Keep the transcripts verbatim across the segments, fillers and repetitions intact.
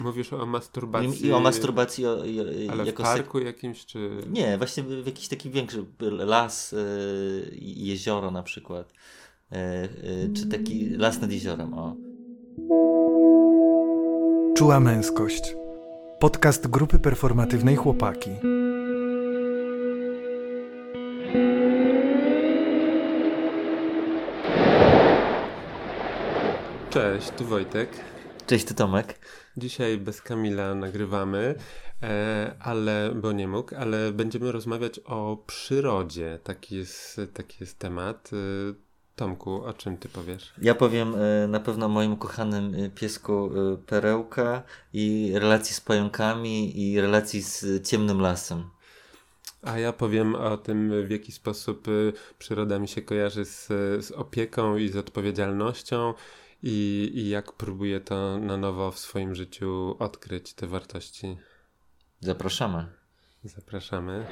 Mówisz o masturbacji. I o masturbacji o, i, ale jako w parku sek... jakimś, czy... Nie, właśnie w jakiś taki większy las, yy, jezioro na przykład. Yy, yy, czy taki las nad jeziorem, o. Czuła męskość. Podcast grupy performatywnej Chłopaki. Cześć, tu Wojtek. Cześć, tu Tomek. Dzisiaj bez Kamila nagrywamy, e, ale, bo nie mógł, ale będziemy rozmawiać o przyrodzie. Taki jest, taki jest temat. E, Tomku, o czym ty powiesz? Ja powiem e, na pewno o moim kochanym piesku e, Perełka i relacji z pająkami i relacji z ciemnym lasem. A ja powiem o tym, w jaki sposób y, przyroda mi się kojarzy z, z opieką i z odpowiedzialnością i, i jak próbuję to na nowo w swoim życiu odkryć te wartości. Zapraszamy. Zapraszamy.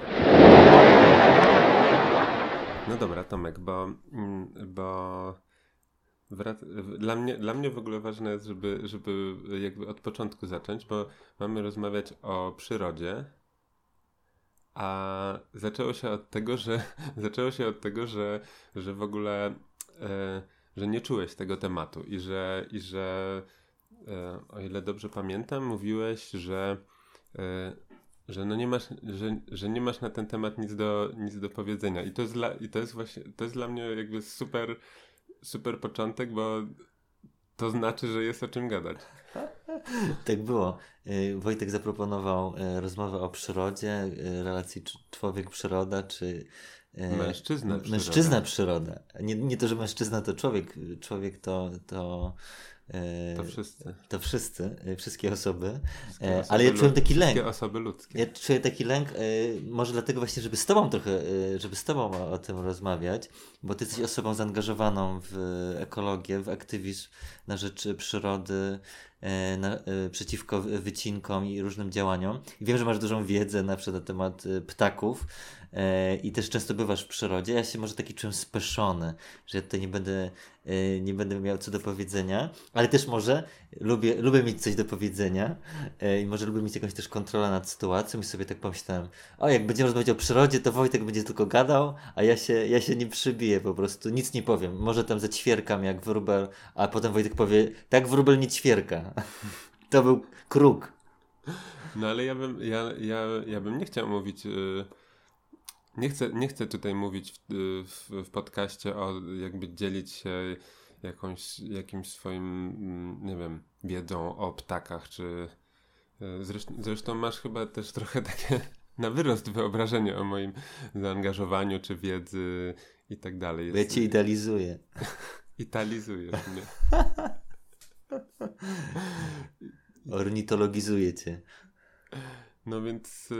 No dobra, Tomek, bo, bo wrac- dla mnie, dla mnie w ogóle ważne jest, żeby, żeby jakby od początku zacząć, bo mamy rozmawiać o przyrodzie. A zaczęło się od tego, że zaczęło się od tego, że, że w ogóle e, że nie czułeś tego tematu i że, i że e, o ile dobrze pamiętam, mówiłeś, że, e, że no nie masz, że, że nie masz na ten temat nic do, nic do powiedzenia. I to jest dla, i to jest właśnie, to jest dla mnie jakby super, super początek, bo to znaczy, że jest o czym gadać. Tak było. Wojtek zaproponował rozmowę o przyrodzie, relacji człowiek-przyroda, czy mężczyzna-przyroda. Mężczyzna-przyroda. Nie, nie to, że mężczyzna to człowiek. Człowiek to... to To wszyscy. To wszyscy, wszystkie osoby. Wszystkie osoby Ale ja czułem taki lęk. Wszystkie osoby ludzkie. Ja czuję taki lęk, może dlatego właśnie, żeby z tobą trochę, żeby z tobą o, o tym rozmawiać, bo ty jesteś osobą zaangażowaną w ekologię, w aktywizm na rzecz przyrody, na, przeciwko wycinkom i różnym działaniom. I wiem, że masz dużą wiedzę na przykład na temat ptaków i też często bywasz w przyrodzie. Ja się może taki czułem speszony, że ja tutaj nie będę, nie będę miał co do powiedzenia, ale też może lubię, lubię mieć coś do powiedzenia i może lubię mieć jakąś też kontrolę nad sytuacją i sobie tak pomyślałem, o jak będziemy rozmawiać o przyrodzie, to Wojtek będzie tylko gadał, a ja się, ja się nie przybiję po prostu, nic nie powiem. Może tam zaćwierkam jak wróbel, a potem Wojtek powie, tak wróbel nie ćwierka. To był kruk. No ale ja bym, ja, ja, ja bym nie chciał mówić... Yy... Nie chcę, nie chcę tutaj mówić w, w, w podcaście o jakby dzielić się jakąś, jakimś swoim, nie wiem, wiedzą o ptakach, czy zresztą, zresztą masz chyba też trochę takie na wyrost wyobrażenie o moim zaangażowaniu, czy wiedzy i tak dalej. Jest... Ja cię idealizuję. Italizujesz mnie. Ornitologizuję cię. No więc...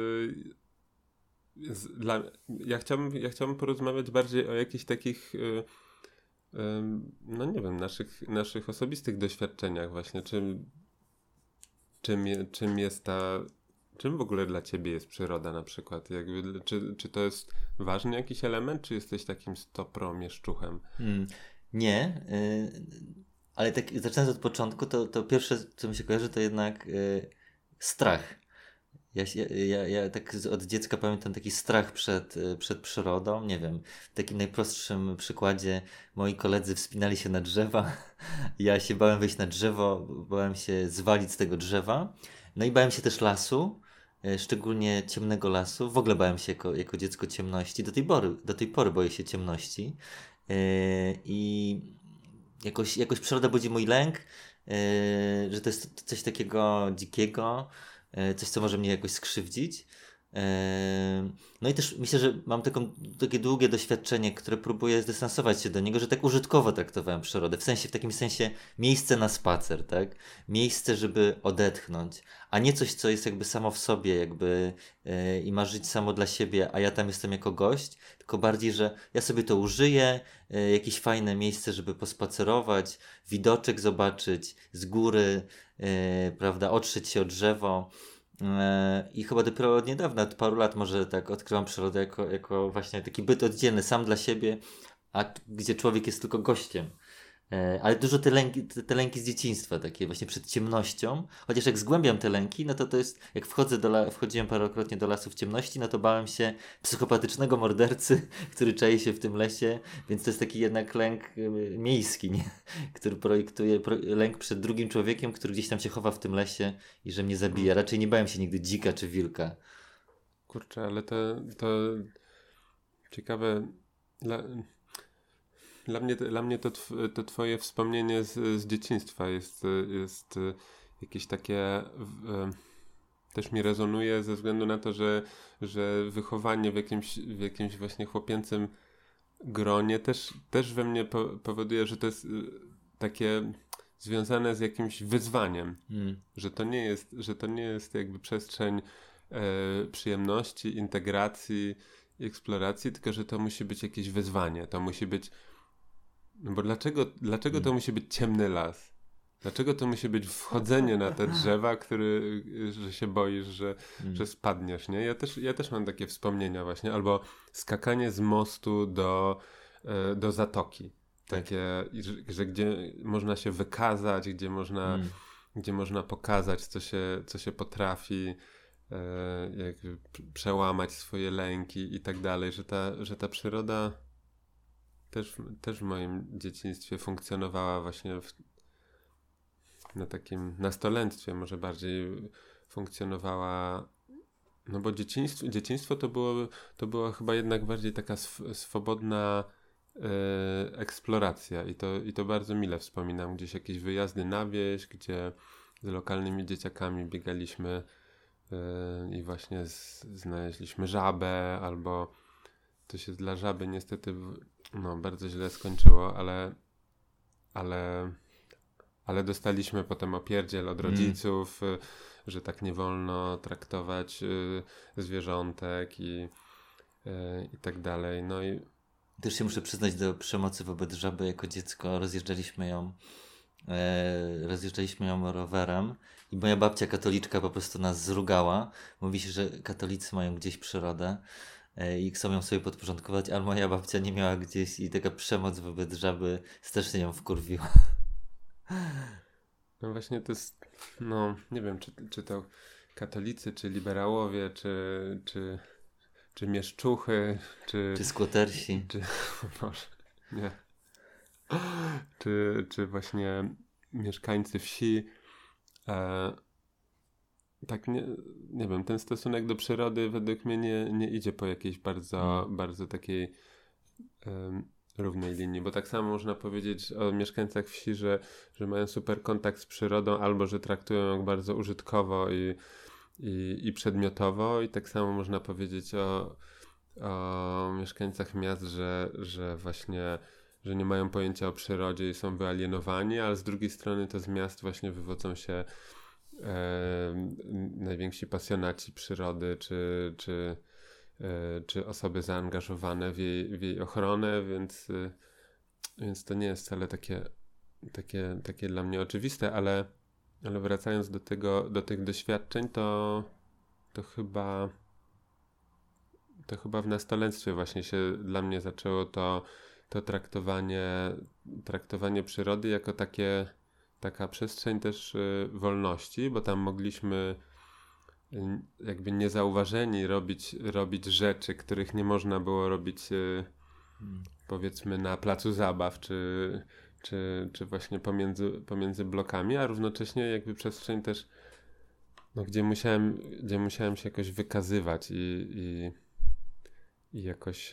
Dla, ja, chciałbym, ja chciałbym porozmawiać bardziej o jakichś takich, yy, yy, no nie wiem, naszych, naszych osobistych doświadczeniach właśnie, czym, czym, je, czym jest ta, czym w ogóle dla ciebie jest przyroda na przykład, jakby, czy, czy to jest ważny jakiś element, czy jesteś takim stopromieszczuchem? Hmm, nie, yy, ale tak zaczynając od początku, to, to pierwsze, co mi się kojarzy, to jednak yy, strach. Ja, ja, ja tak od dziecka pamiętam taki strach przed, przed przyrodą, nie wiem, w takim najprostszym przykładzie moi koledzy wspinali się na drzewa, ja się bałem wejść na drzewo, bałem się zwalić z tego drzewa, no i bałem się też lasu, szczególnie ciemnego lasu, w ogóle bałem się jako, jako dziecko ciemności, do tej pory, do tej pory boję się ciemności yy, i jakoś, jakoś przyroda budzi mój lęk, yy, że to jest coś takiego dzikiego, coś, co może mnie jakoś skrzywdzić. No i też myślę, że mam taką, takie długie doświadczenie, które próbuję zdystansować się do niego, że tak użytkowo traktowałem przyrodę. W sensie, w takim sensie miejsce na spacer, tak? Miejsce, żeby odetchnąć, a nie coś, co jest jakby samo w sobie jakby yy, i ma żyć samo dla siebie, a ja tam jestem jako gość, tylko bardziej, że ja sobie to użyję, yy, jakieś fajne miejsce, żeby pospacerować, widoczek zobaczyć z góry, yy, prawda, otrzeć się o drzewo. I chyba dopiero od niedawna, od paru lat może tak odkryłam przyrodę jako, jako właśnie taki byt oddzielny, sam dla siebie, a gdzie człowiek jest tylko gościem. E, ale dużo te lęki, te, te lęki z dzieciństwa, takie właśnie przed ciemnością. Chociaż jak zgłębiam te lęki, no to to jest, jak wchodzę do la, wchodziłem parokrotnie do lasu w ciemności, no to bałem się psychopatycznego mordercy, który czai się w tym lesie, więc to jest taki jednak lęk y, miejski, nie? Który projektuje pro, lęk przed drugim człowiekiem, który gdzieś tam się chowa w tym lesie i że mnie zabija. Raczej nie bałem się nigdy dzika czy wilka. Kurczę, ale to, to ciekawe. Dla, dla mnie, dla mnie to, tw, to twoje wspomnienie z, z dzieciństwa jest, jest jakieś takie... W, też mi rezonuje ze względu na to, że, że wychowanie w jakimś, w jakimś właśnie chłopięcym gronie też, też we mnie po, powoduje, że to jest takie związane z jakimś wyzwaniem. Mm. Że to nie jest, że to nie jest jakby przestrzeń e, przyjemności, integracji, eksploracji, tylko że to musi być jakieś wyzwanie. To musi być... No bo dlaczego, dlaczego mm. to musi być ciemny las? Dlaczego to musi być wchodzenie na te drzewa, który, że się boisz, że, mm. że spadniesz, nie? Ja też, ja też mam takie wspomnienia właśnie. Albo skakanie z mostu do, do zatoki. Takie, że, że gdzie można się wykazać, gdzie można, mm. gdzie można pokazać, co się, co się potrafi, e, jak przełamać swoje lęki i tak dalej. Że ta, że ta przyroda też, też w moim dzieciństwie funkcjonowała właśnie w, na takim nastolenstwie może bardziej funkcjonowała, no bo dzieciństwo, dzieciństwo to było, to była chyba jednak bardziej taka sw- swobodna e, eksploracja i to, i to bardzo mile wspominam. Gdzieś jakieś wyjazdy na wieś, gdzie z lokalnymi dzieciakami biegaliśmy e, i właśnie z, znaleźliśmy żabę, albo to się dla żaby niestety no, bardzo źle skończyło, ale ale Ale dostaliśmy potem opierdziel od rodziców, mm. że tak nie wolno traktować y, zwierzątek i, y, i tak dalej. No i też się muszę przyznać do przemocy wobec żaby. Jako dziecko rozjeżdżaliśmy ją e, rozjeżdżaliśmy ją rowerem i moja babcia katoliczka po prostu nas zrugała. Mówi się, że katolicy mają gdzieś przyrodę e, i chcą ją sobie podporządkować, ale moja babcia nie miała gdzieś i taka przemoc wobec żaby strasznie ją wkurwiła. No właśnie to jest, no nie wiem, czy, czy to katolicy, czy liberałowie, czy, czy, czy mieszczuchy, czy... Czy skłotersi. Czy, może, nie. Czy, czy właśnie mieszkańcy wsi. E, tak, nie, nie wiem, ten stosunek do przyrody według mnie nie, nie idzie po jakiejś bardzo, hmm. bardzo takiej... Um, równej linii, bo tak samo można powiedzieć o mieszkańcach wsi, że, że mają super kontakt z przyrodą, albo że traktują ją bardzo użytkowo i, i, i przedmiotowo, i tak samo można powiedzieć o, o mieszkańcach miast, że, że właśnie że nie mają pojęcia o przyrodzie i są wyalienowani, ale z drugiej strony to z miast właśnie wywodzą się e, najwięksi pasjonaci przyrody, czy, czy czy osoby zaangażowane w jej, w jej ochronę, więc, więc to nie jest wcale takie, takie, takie dla mnie oczywiste, ale, ale wracając do tego, do tych doświadczeń, to, to chyba to chyba w nastolenstwie właśnie się dla mnie zaczęło to, to traktowanie, traktowanie przyrody jako takie, taka przestrzeń też wolności, bo tam mogliśmy jakby niezauważeni robić, robić rzeczy, których nie można było robić hmm. powiedzmy na placu zabaw, czy, czy, czy właśnie pomiędzy, pomiędzy blokami, a równocześnie jakby przestrzeń też, no, gdzie musiałem, gdzie musiałem się jakoś wykazywać i, i, i jakoś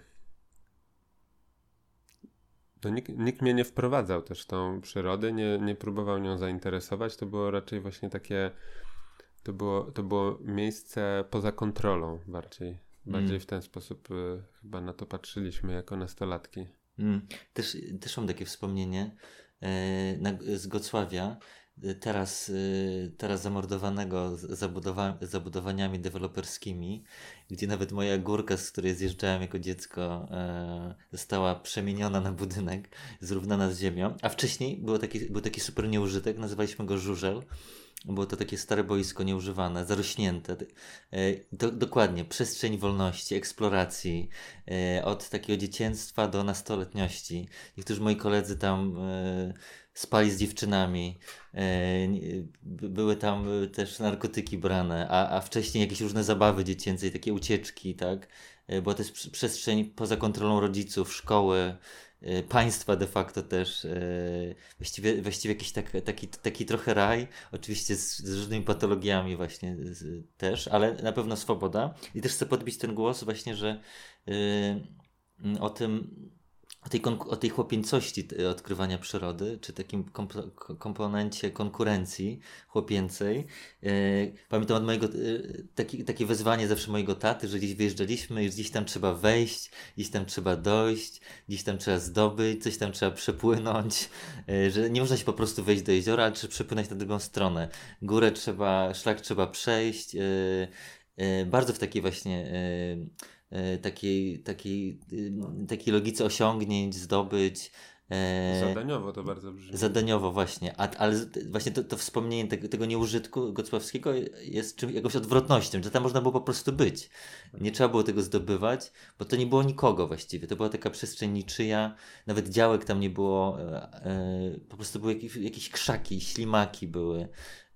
no, nikt, nikt mnie nie wprowadzał też w tą przyrodę, nie, nie próbował nią zainteresować, to było raczej właśnie takie To było, to było miejsce poza kontrolą bardziej. Bardziej mm. w ten sposób y, chyba na to patrzyliśmy jako nastolatki. Mm. Też, też mam takie wspomnienie e, na, z Gocławia, teraz, e, teraz zamordowanego zabudowa- zabudowaniami deweloperskimi, gdzie nawet moja górka, z której zjeżdżałem jako dziecko, e, została przemieniona na budynek, zrównana z ziemią. A wcześniej było taki, był taki super nieużytek, nazywaliśmy go żużel. Było to takie stare boisko nieużywane, zarośnięte. Do, dokładnie, przestrzeń wolności, eksploracji, od takiego dzieciństwa do nastoletniości. Niektórzy moi koledzy tam spali z dziewczynami, były tam też narkotyki brane, a, a wcześniej jakieś różne zabawy dziecięce, takie ucieczki, tak? Była też przestrzeń poza kontrolą rodziców, szkoły, państwa de facto też, właściwie, właściwie jakiś tak, taki, taki trochę raj, oczywiście z, z różnymi patologiami właśnie z, też, ale na pewno swoboda. I też chcę podbić ten głos właśnie, że yy, o tym, o tej, konku- o tej chłopięcości odkrywania przyrody, czy takim komp- komponencie konkurencji chłopięcej. Yy, pamiętam od mojego, yy, taki, takie wezwanie zawsze mojego taty, że gdzieś wyjeżdżaliśmy i gdzieś tam trzeba wejść, gdzieś tam trzeba dojść, gdzieś tam trzeba zdobyć, coś tam trzeba przepłynąć, yy, że nie można się po prostu wejść do jeziora, ale trzeba przepłynąć na drugą stronę. Górę trzeba, szlak trzeba przejść. Yy, yy, bardzo w takiej właśnie... Yy, takiej, takiej, takiej logice osiągnięć, zdobyć. Zadaniowo to bardzo brzmi. Zadaniowo właśnie, A, ale właśnie to, to wspomnienie tego, tego nieużytku Gocławskiego jest czymś, jakąś odwrotnością, że tam można było po prostu być. Nie trzeba było tego zdobywać, bo to nie było nikogo właściwie. To była taka przestrzeń niczyja, nawet działek tam nie było, e, e, po prostu były jakieś, jakieś krzaki, ślimaki były.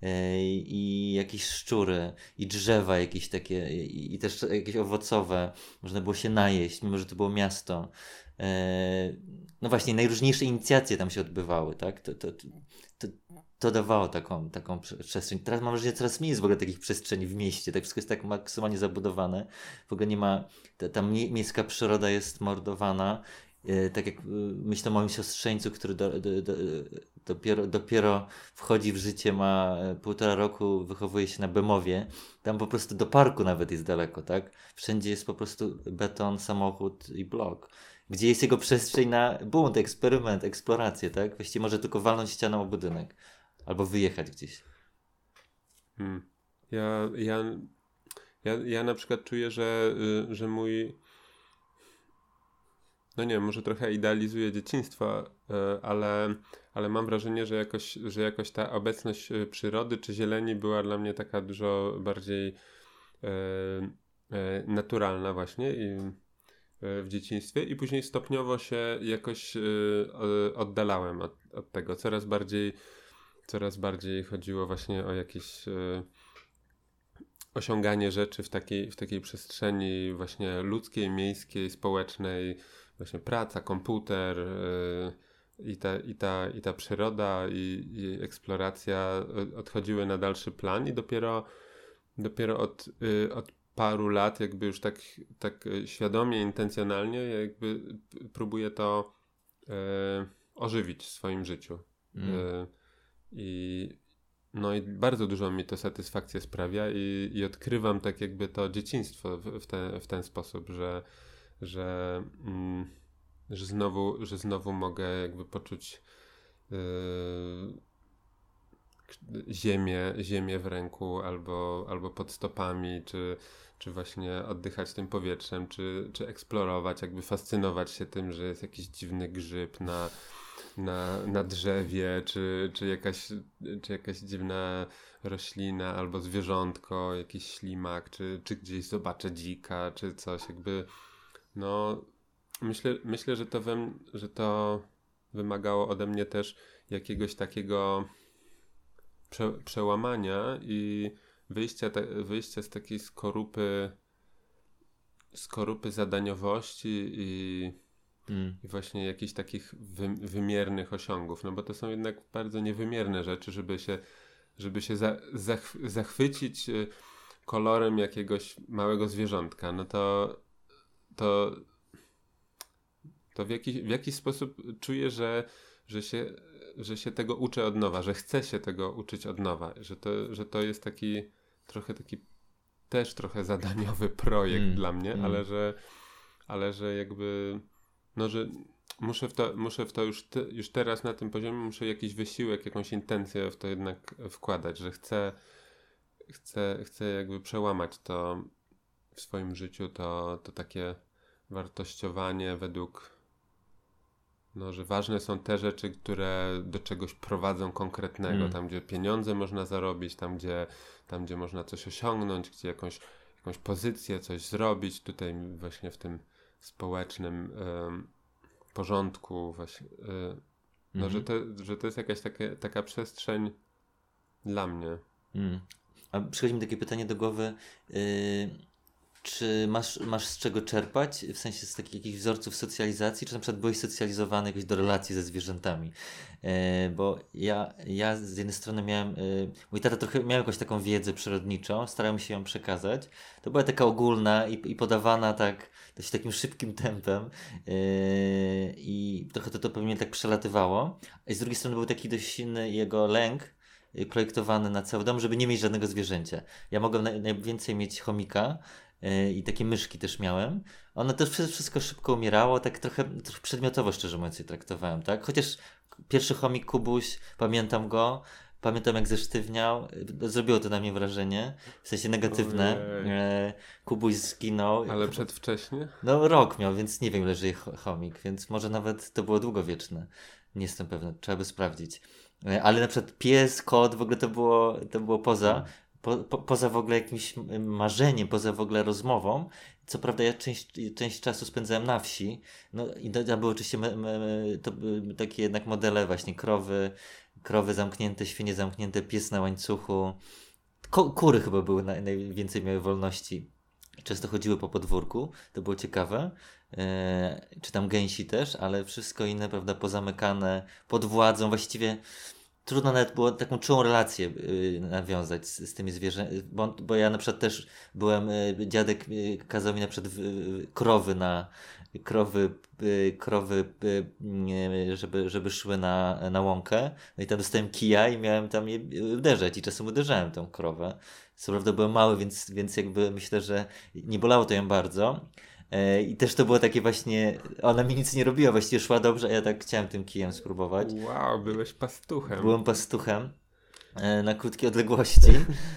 I jakieś szczury, i drzewa jakieś takie, i, i też jakieś owocowe. Można było się najeść, mimo że to było miasto. No właśnie, najróżniejsze inicjacje tam się odbywały, tak? To, to, to, to dawało taką, taką przestrzeń. Teraz mam wrażenie, że coraz mniej jest w ogóle takich przestrzeni w mieście. Tak wszystko jest tak maksymalnie zabudowane. W ogóle nie ma, ta, ta miejska przyroda jest mordowana. Tak jak myślę o moim siostrzeńcu, który do, do, do, dopiero, dopiero wchodzi w życie, ma półtora roku, wychowuje się na Bemowie. Tam po prostu do parku nawet jest daleko, tak? Wszędzie jest po prostu beton, samochód i blok. Gdzie jest jego przestrzeń na bunt, eksperyment, eksplorację, tak? Właściwie może tylko walnąć ścianą o budynek. Albo wyjechać gdzieś. Hmm. Ja, ja, ja, ja na przykład czuję, że, że mój... No nie wiem, może trochę idealizuję dzieciństwo, ale, ale mam wrażenie, że jakoś, że jakoś ta obecność przyrody czy zieleni była dla mnie taka dużo bardziej e, e, naturalna właśnie i, e, w dzieciństwie i później stopniowo się jakoś e, oddalałem od, od tego. Coraz bardziej, coraz bardziej chodziło właśnie o jakieś e, osiąganie rzeczy w takiej, w takiej przestrzeni właśnie ludzkiej, miejskiej, społecznej, właśnie praca, komputer yy, i, ta, i, ta, i ta przyroda i, i eksploracja odchodziły na dalszy plan i dopiero, dopiero od, yy, od paru lat jakby już tak, tak świadomie, intencjonalnie jakby próbuję to yy, ożywić w swoim życiu. Mm. Yy, i, no i bardzo dużo mi to satysfakcję sprawia i, i odkrywam tak jakby to dzieciństwo w, w, ten, w ten sposób, że że, mm, że, znowu, że znowu mogę jakby poczuć yy, ziemię, ziemię w ręku albo, albo pod stopami, czy, czy właśnie oddychać tym powietrzem, czy, czy eksplorować, jakby fascynować się tym, że jest jakiś dziwny grzyb na, na, na drzewie, czy, czy, jakaś, czy jakaś dziwna roślina albo zwierzątko, jakiś ślimak, czy, czy gdzieś zobaczę dzika, czy coś jakby. No, myślę, myślę, że to, we, że to wymagało ode mnie też jakiegoś takiego prze, przełamania i wyjścia, te, wyjścia z takiej skorupy skorupy zadaniowości i, mm. i właśnie jakichś takich wy, wymiernych osiągów, no bo to są jednak bardzo niewymierne rzeczy, żeby się, żeby się za, zach, zachwycić kolorem jakiegoś małego zwierzątka, no to to, to w, jakiś, w jakiś sposób czuję, że, że, się, że się tego uczę od nowa, że chcę się tego uczyć od nowa, że to, że to jest taki trochę taki też trochę zadaniowy projekt mm, dla mnie, mm. ale że ale że jakby no, że muszę w to, muszę w to już, te, już teraz na tym poziomie muszę jakiś wysiłek, jakąś intencję w to jednak wkładać, że chcę chcę, chcę jakby przełamać to w swoim życiu, to, to takie wartościowanie według no, że ważne są te rzeczy, które do czegoś prowadzą konkretnego, Mm. tam gdzie pieniądze można zarobić, tam gdzie, tam gdzie można coś osiągnąć, gdzie jakąś, jakąś pozycję, coś zrobić, tutaj właśnie w tym społecznym em, porządku właśnie, y, no, Mhm. że, to, że to jest jakaś takie, taka przestrzeń dla mnie. Mm. A przychodzi mi takie pytanie do głowy, yy, czy masz, masz z czego czerpać, w sensie z takich jakichś wzorców socjalizacji, czy na przykład byłeś socjalizowany jakoś do relacji ze zwierzętami? Yy, bo ja, ja z jednej strony miałem, yy, mój tata trochę miał jakąś taką wiedzę przyrodniczą, starałem się ją przekazać. To była taka ogólna i, i podawana tak dość takim szybkim tempem yy, i trochę to, to pewnie tak przelatywało. A z drugiej strony był taki dość silny jego lęk, y, projektowany na cały dom, żeby nie mieć żadnego zwierzęcia. Ja mogłem naj, najwięcej mieć chomika y, i takie myszki też miałem. Ono też wszy- wszystko szybko umierało, tak trochę, trochę przedmiotowo, szczerze mówiąc, je traktowałem, tak? Chociaż pierwszy chomik Kubuś, pamiętam go, pamiętam jak zesztywniał, y, zrobiło to na mnie wrażenie, w sensie negatywne. Ojej. E, Kubuś zginął. Ale przedwcześnie? No rok miał, więc nie wiem ile żyje cho- chomik, więc może nawet to było długowieczne. Nie jestem pewny, trzeba by sprawdzić. E, Ale na przykład pies, kot, w ogóle to było, to było poza, po, po, poza w ogóle jakimś m- marzeniem, poza w ogóle rozmową. Co prawda ja część, część czasu spędzałem na wsi, no i to, tam były oczywiście me, me, me, to były takie jednak modele właśnie krowy, krowy zamknięte, świnie zamknięte, pies na łańcuchu. Ko- kury chyba były naj, najwięcej miały wolności. Często chodziły po podwórku, to było ciekawe. E, czy tam gęsi też, ale wszystko inne, prawda, pozamykane, pod władzą. Właściwie trudno nawet było taką czułą relację y, nawiązać z, z tymi zwierzętami, bo, bo ja na przykład też byłem, y, dziadek y, kazał mi na przykład w, y, krowy na krowy, y, krowy y, nie, żeby, żeby szły na, na łąkę, no i tam dostałem kija i miałem tam je uderzać i czasem uderzałem tą krowę. Co prawda byłem mały, więc, więc jakby myślę, że nie bolało to ją bardzo. E, I też to było takie właśnie, ona mi nic nie robiła, właściwie szła dobrze, a ja tak chciałem tym kijem spróbować. Wow, byłeś pastuchem. Byłem pastuchem e, na krótkie odległości.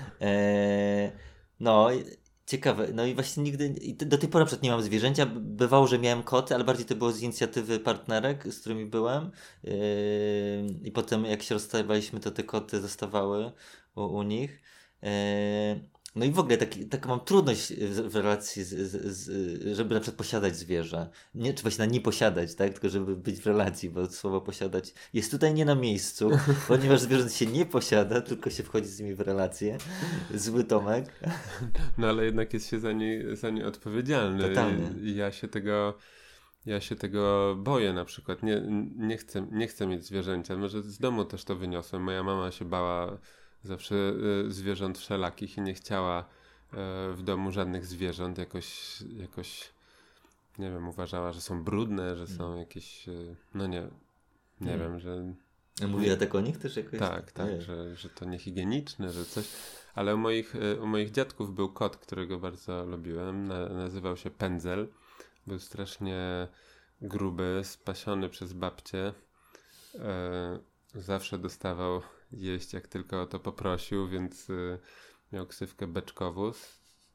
E, no, i ciekawe. No i właśnie nigdy, i do tej pory na przykład nie mam zwierzęcia. Bywało, że miałem koty, ale bardziej to było z inicjatywy partnerek, z którymi byłem. E, I potem jak się rozstawaliśmy, to te koty zostawały u, u nich. E, no i w ogóle taki, taką mam trudność w, w relacji, z, z, z, żeby na przykład posiadać zwierzę. Nie, czy właśnie na nie posiadać, tak? Tylko żeby być w relacji, bo słowo posiadać jest tutaj nie na miejscu, ponieważ zwierząt się nie posiada, tylko się wchodzi z nimi w relację. Zły Tomek. No ale jednak jest się za nie, za nie odpowiedzialny. Totalnie. I, I ja się tego ja się tego boję na przykład. Nie, nie, chcę, nie chcę mieć zwierzęcia. Może z domu też to wyniosłem. Moja mama się bała zawsze y, zwierząt wszelakich i nie chciała y, w domu żadnych zwierząt. Jakoś, jakoś nie wiem, uważała, że są brudne, że są jakieś, y, no nie, nie Mm. wiem, że Mówiła tak o nich też jakoś? tak, tak, że, że to niehigieniczne, że coś. Ale u moich, y, u moich dziadków był kot, którego bardzo lubiłem. Na, nazywał się Pędzel. Był strasznie gruby, spasiony przez babcię. E, zawsze dostawał jeść, jak tylko o to poprosił, więc y, miał ksywkę Beczkowóz.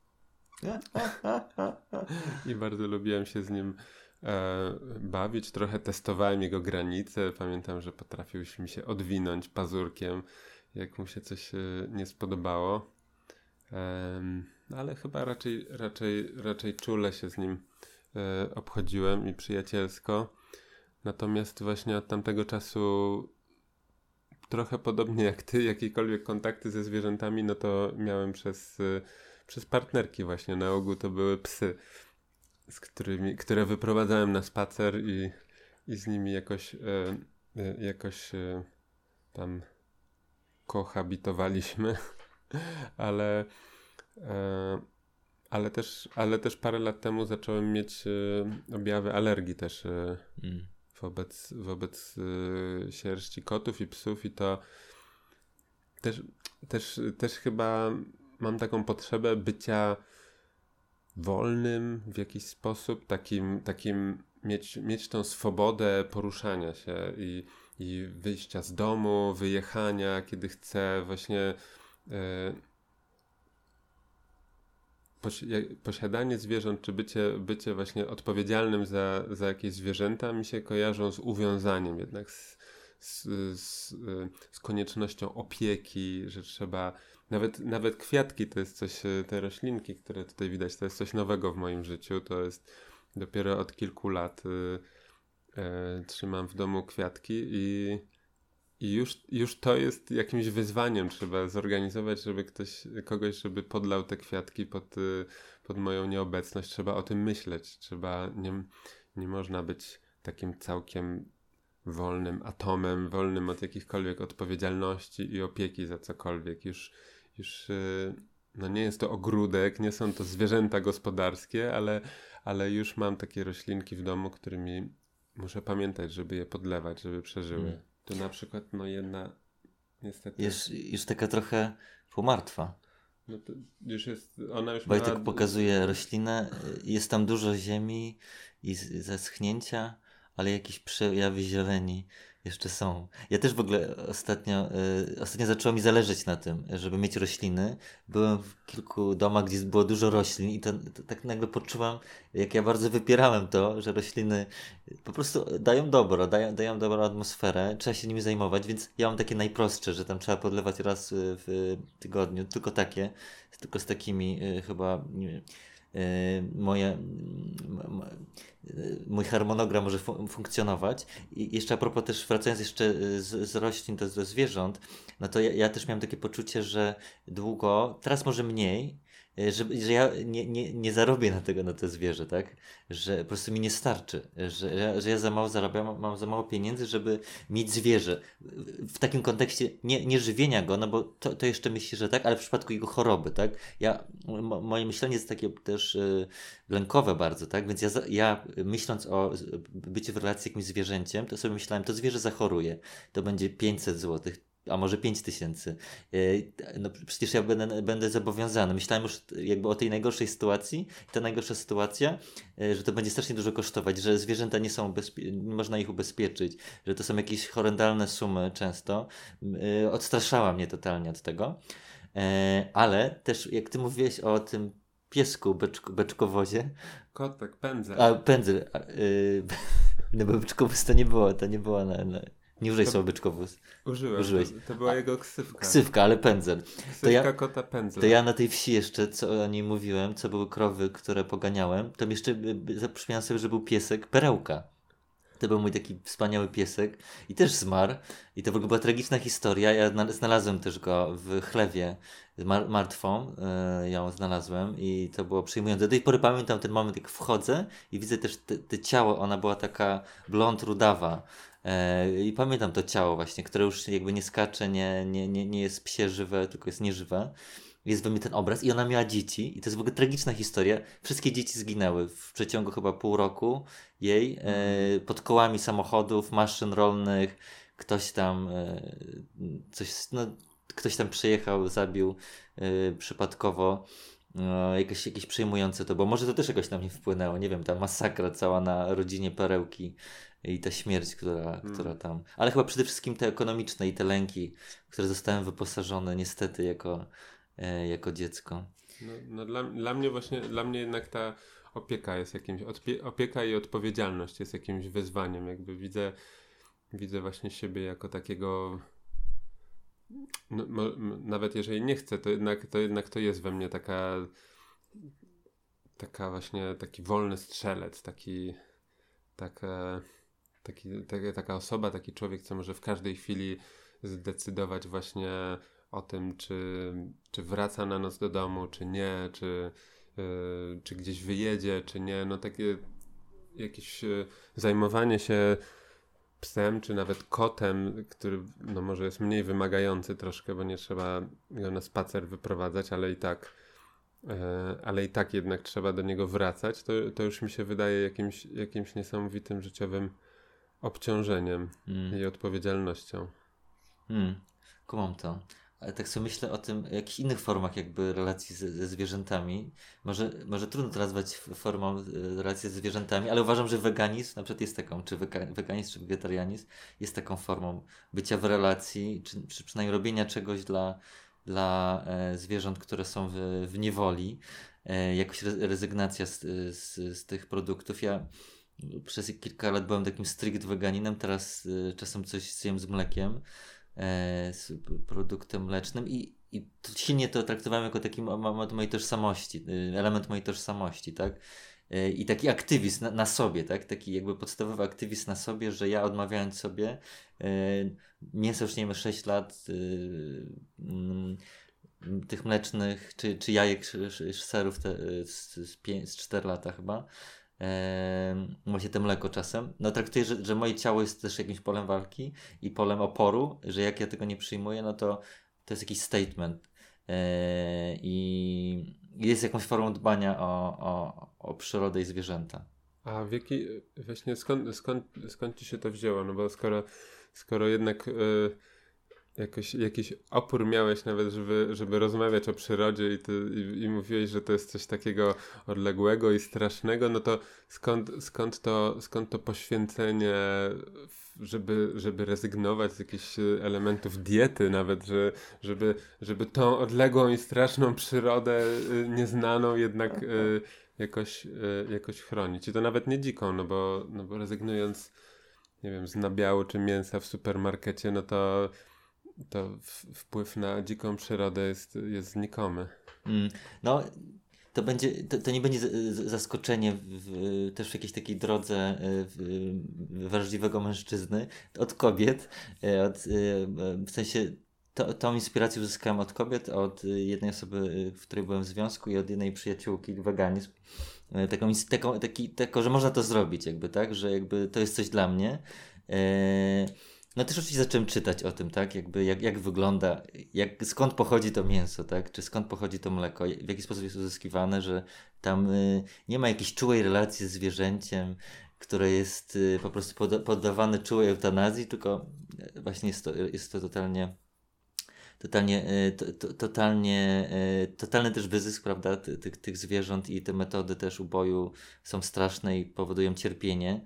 I bardzo lubiłem się z nim e, bawić. Trochę testowałem jego granice. Pamiętam, że potrafił mi się odwinąć pazurkiem, jak mu się coś e, nie spodobało. Em, ale chyba raczej, raczej, raczej czule się z nim e, obchodziłem i przyjacielsko. Natomiast właśnie od tamtego czasu trochę podobnie jak ty, jakiekolwiek kontakty ze zwierzętami, no to miałem przez, e, przez partnerki właśnie. Na ogół to były psy, z którymi, które wyprowadzałem na spacer i, i z nimi jakoś, e, e, jakoś e, tam kohabitowaliśmy, ale, e, ale, też, ale też parę lat temu zacząłem mieć e, objawy alergii też e, Mm. wobec, wobec e, sierści kotów i psów i to też, też, też chyba mam taką potrzebę bycia wolnym w jakiś sposób, takim, takim mieć, mieć tą swobodę poruszania się i, i wyjścia z domu, wyjechania, kiedy chcę, właśnie e, posi- jak- posiadanie zwierząt, czy bycie, bycie właśnie odpowiedzialnym za, za jakieś zwierzęta mi się kojarzą z uwiązaniem jednak, z, z, z, y, z koniecznością opieki, że trzeba, nawet, nawet kwiatki to jest coś, y, te roślinki, które tutaj widać, to jest coś nowego w moim życiu, to jest dopiero od kilku lat y, y, trzymam w domu kwiatki i I już, już to jest jakimś wyzwaniem. Trzeba zorganizować, żeby ktoś, kogoś, żeby podlał te kwiatki pod, y, pod moją nieobecność. Trzeba o tym myśleć. Trzeba, nie, nie można być takim całkiem wolnym atomem, wolnym od jakichkolwiek odpowiedzialności i opieki za cokolwiek. Już, już y, no nie jest to ogródek, nie są to zwierzęta gospodarskie, ale, ale już mam takie roślinki w domu, którymi muszę pamiętać, żeby je podlewać, żeby przeżyły. Hmm. To na przykład, no jedna, niestety... Już, już taka trochę półmartwa. No to już jest, ona już Wojtek miała... pokazuje roślinę, jest tam dużo ziemi i zeschnięcia, ale jakieś przejawy zieleni jeszcze są. Ja też w ogóle ostatnio, y, ostatnio zaczęło mi zależeć na tym, żeby mieć rośliny. Byłem w kilku domach, gdzie było dużo roślin i to, to tak nagle poczułam, jak ja bardzo wypierałem to, że rośliny po prostu dają dobro, dają, dają dobrą atmosferę, trzeba się nimi zajmować, więc ja mam takie najprostsze, że tam trzeba podlewać raz w tygodniu, tylko takie, tylko z takimi y, chyba... Nie, Moje, mój harmonogram może fun- funkcjonować. I jeszcze a propos też, wracając jeszcze z, z roślin do, do zwierząt, no to ja, ja też miałem takie poczucie, że długo, teraz może mniej, że, że ja nie, nie, nie zarobię na tego, na to zwierzę, tak? Że po prostu mi nie starczy, że, że ja za mało zarabiam, mam, mam za mało pieniędzy, żeby mieć zwierzę. W takim kontekście nie, nie żywienia go, no bo to, to jeszcze myślę, że tak, ale w przypadku jego choroby, tak? Ja, mo, moje myślenie jest takie też y, lękowe bardzo, tak? Więc ja, ja myśląc o byciu w relacji z jakimś zwierzęciem, to sobie myślałem, to zwierzę zachoruje, to będzie pięćset złotych, a może pięć tysięcy. No przecież ja będę, będę zobowiązany. Myślałem już jakby o tej najgorszej sytuacji. Ta najgorsza sytuacja, że to będzie strasznie dużo kosztować, że zwierzęta nie są, bezpie- nie można ich ubezpieczyć, że to są jakieś horrendalne sumy często. Odstraszała mnie totalnie od tego. Ale też jak ty mówiłeś o tym piesku beczko, beczkowozie. Kotek, pędzel. A, pędzel. A, yy, no bo beczkowóz to nie było, to nie była na... na Nie użyj słowa byczkowóz. Użyłem, Użyłeś. To, to była A, jego ksywka. Ksywka, ale pędzel. Ksywka to ja, kota pędzel. To ja na tej wsi jeszcze, co o niej mówiłem, co były krowy, które poganiałem, to jeszcze przypomniałem sobie, że był piesek Perełka. To był mój taki wspaniały piesek i też zmarł. I to w ogóle była tragiczna historia. Ja znalazłem też go w chlewie mar- martwą. Yy, ją znalazłem i to było przejmujące. Do tej pory pamiętam ten moment, jak wchodzę i widzę też te, te ciało. Ona była taka blond, rudawa. I pamiętam to ciało właśnie, które już jakby nie skacze, nie, nie, nie, nie jest psie żywe, tylko jest nieżywe. Jest we mnie ten obraz i ona miała dzieci i to jest w ogóle tragiczna historia. Wszystkie dzieci zginęły w przeciągu chyba pół roku jej e, pod kołami samochodów, maszyn rolnych. Ktoś tam e, coś, no, ktoś tam przyjechał, zabił e, przypadkowo. No, jakieś, jakieś przejmujące to, bo może to też jakoś na mnie wpłynęło, nie wiem, ta masakra cała na rodzinie Perełki i ta śmierć, która, hmm. która tam, ale chyba przede wszystkim te ekonomiczne i te lęki, które zostałem wyposażone niestety jako, e, jako dziecko. No, no dla, dla mnie właśnie, dla mnie jednak ta opieka jest jakimś, odpie, opieka i odpowiedzialność jest jakimś wyzwaniem, jakby widzę, widzę właśnie siebie jako takiego. No, mo, nawet jeżeli nie chcę, to jednak, to jednak to jest we mnie taka taka właśnie taki wolny strzelec, taki taka, taki, taka, taka osoba, taki człowiek, co może w każdej chwili zdecydować właśnie o tym, czy, czy wraca na noc do domu, czy nie, czy, yy, czy gdzieś wyjedzie, czy nie. No takie jakieś yy, zajmowanie się psem, czy nawet kotem, który no może jest mniej wymagający troszkę, bo nie trzeba go na spacer wyprowadzać, ale i tak e, ale i tak jednak trzeba do niego wracać, to, to już mi się wydaje jakimś, jakimś niesamowitym życiowym obciążeniem mm. i odpowiedzialnością. Mm. Kumam to. Ale tak sobie myślę o tym, jakichś innych formach jakby relacji ze, ze zwierzętami. Może, może trudno to nazwać formą relacji ze zwierzętami, ale uważam, że weganizm na przykład jest taką, czy wega, weganizm, czy wegetarianizm jest taką formą bycia w relacji, czy, czy przynajmniej robienia czegoś dla, dla e, zwierząt, które są w, w niewoli, e, jakoś re, rezygnacja z, z, z tych produktów. Ja przez kilka lat byłem takim strict weganinem, teraz e, czasem coś zjem z mlekiem, e, z produktem mlecznym i, i to silnie to traktowałem jako taki moment mojej tożsamości, element mojej tożsamości, tak? I taki aktywizm na, na sobie, tak? Taki jakby podstawowy aktywizm na sobie, że ja odmawiając sobie yy, mięso już nie wiem, sześć lat yy, yy, tych mlecznych, czy, czy jajek, serów te, z, z, pięć, z cztery lata chyba, yy, właśnie te mleko czasem, no traktuję, że, że moje ciało jest też jakimś polem walki i polem oporu, że jak ja tego nie przyjmuję, no to to jest jakiś statement. Yy, I jest jakąś formą dbania o, o, o przyrodę i zwierzęta. A w jaki, właśnie skąd, skąd, skąd ci się to wzięło? No bo skoro, skoro jednak y, jakoś, jakiś opór miałeś nawet, żeby, żeby rozmawiać o przyrodzie i, ty, i, i mówiłeś, że to jest coś takiego odległego i strasznego, no to skąd, skąd, to, skąd to poświęcenie, żeby, żeby rezygnować z jakichś elementów diety nawet, że, żeby, żeby tą odległą i straszną przyrodę y, nieznaną jednak y, jakoś, y, jakoś chronić. I to nawet nie dziką, no bo, no bo rezygnując, nie wiem, z nabiału czy mięsa w supermarkecie, no to to w, wpływ na dziką przyrodę jest, jest znikomy. Mm, no, to będzie, to, to nie będzie z, z, zaskoczenie w, w, też w jakiejś takiej drodze w, w, wrażliwego mężczyzny od kobiet, od, w sensie to, tą inspirację uzyskałem od kobiet, od jednej osoby, w której byłem w związku i od jednej przyjaciółki, weganizm. Taką, taką, taki, taką, że można to zrobić jakby, tak, że jakby to jest coś dla mnie. E- No też oczywiście zacząłem czytać o tym, tak, jakby jak, jak wygląda, jak, skąd pochodzi to mięso, tak, czy skąd pochodzi to mleko, w jaki sposób jest uzyskiwane, że tam y, nie ma jakiejś czułej relacji z zwierzęciem, które jest y, po prostu pod, poddawane czułej eutanazji, tylko właśnie jest to, jest to totalnie totalnie, y, to, to, totalnie y, totalny też wyzysk, prawda, ty, tych, tych zwierząt i te metody też uboju są straszne i powodują cierpienie.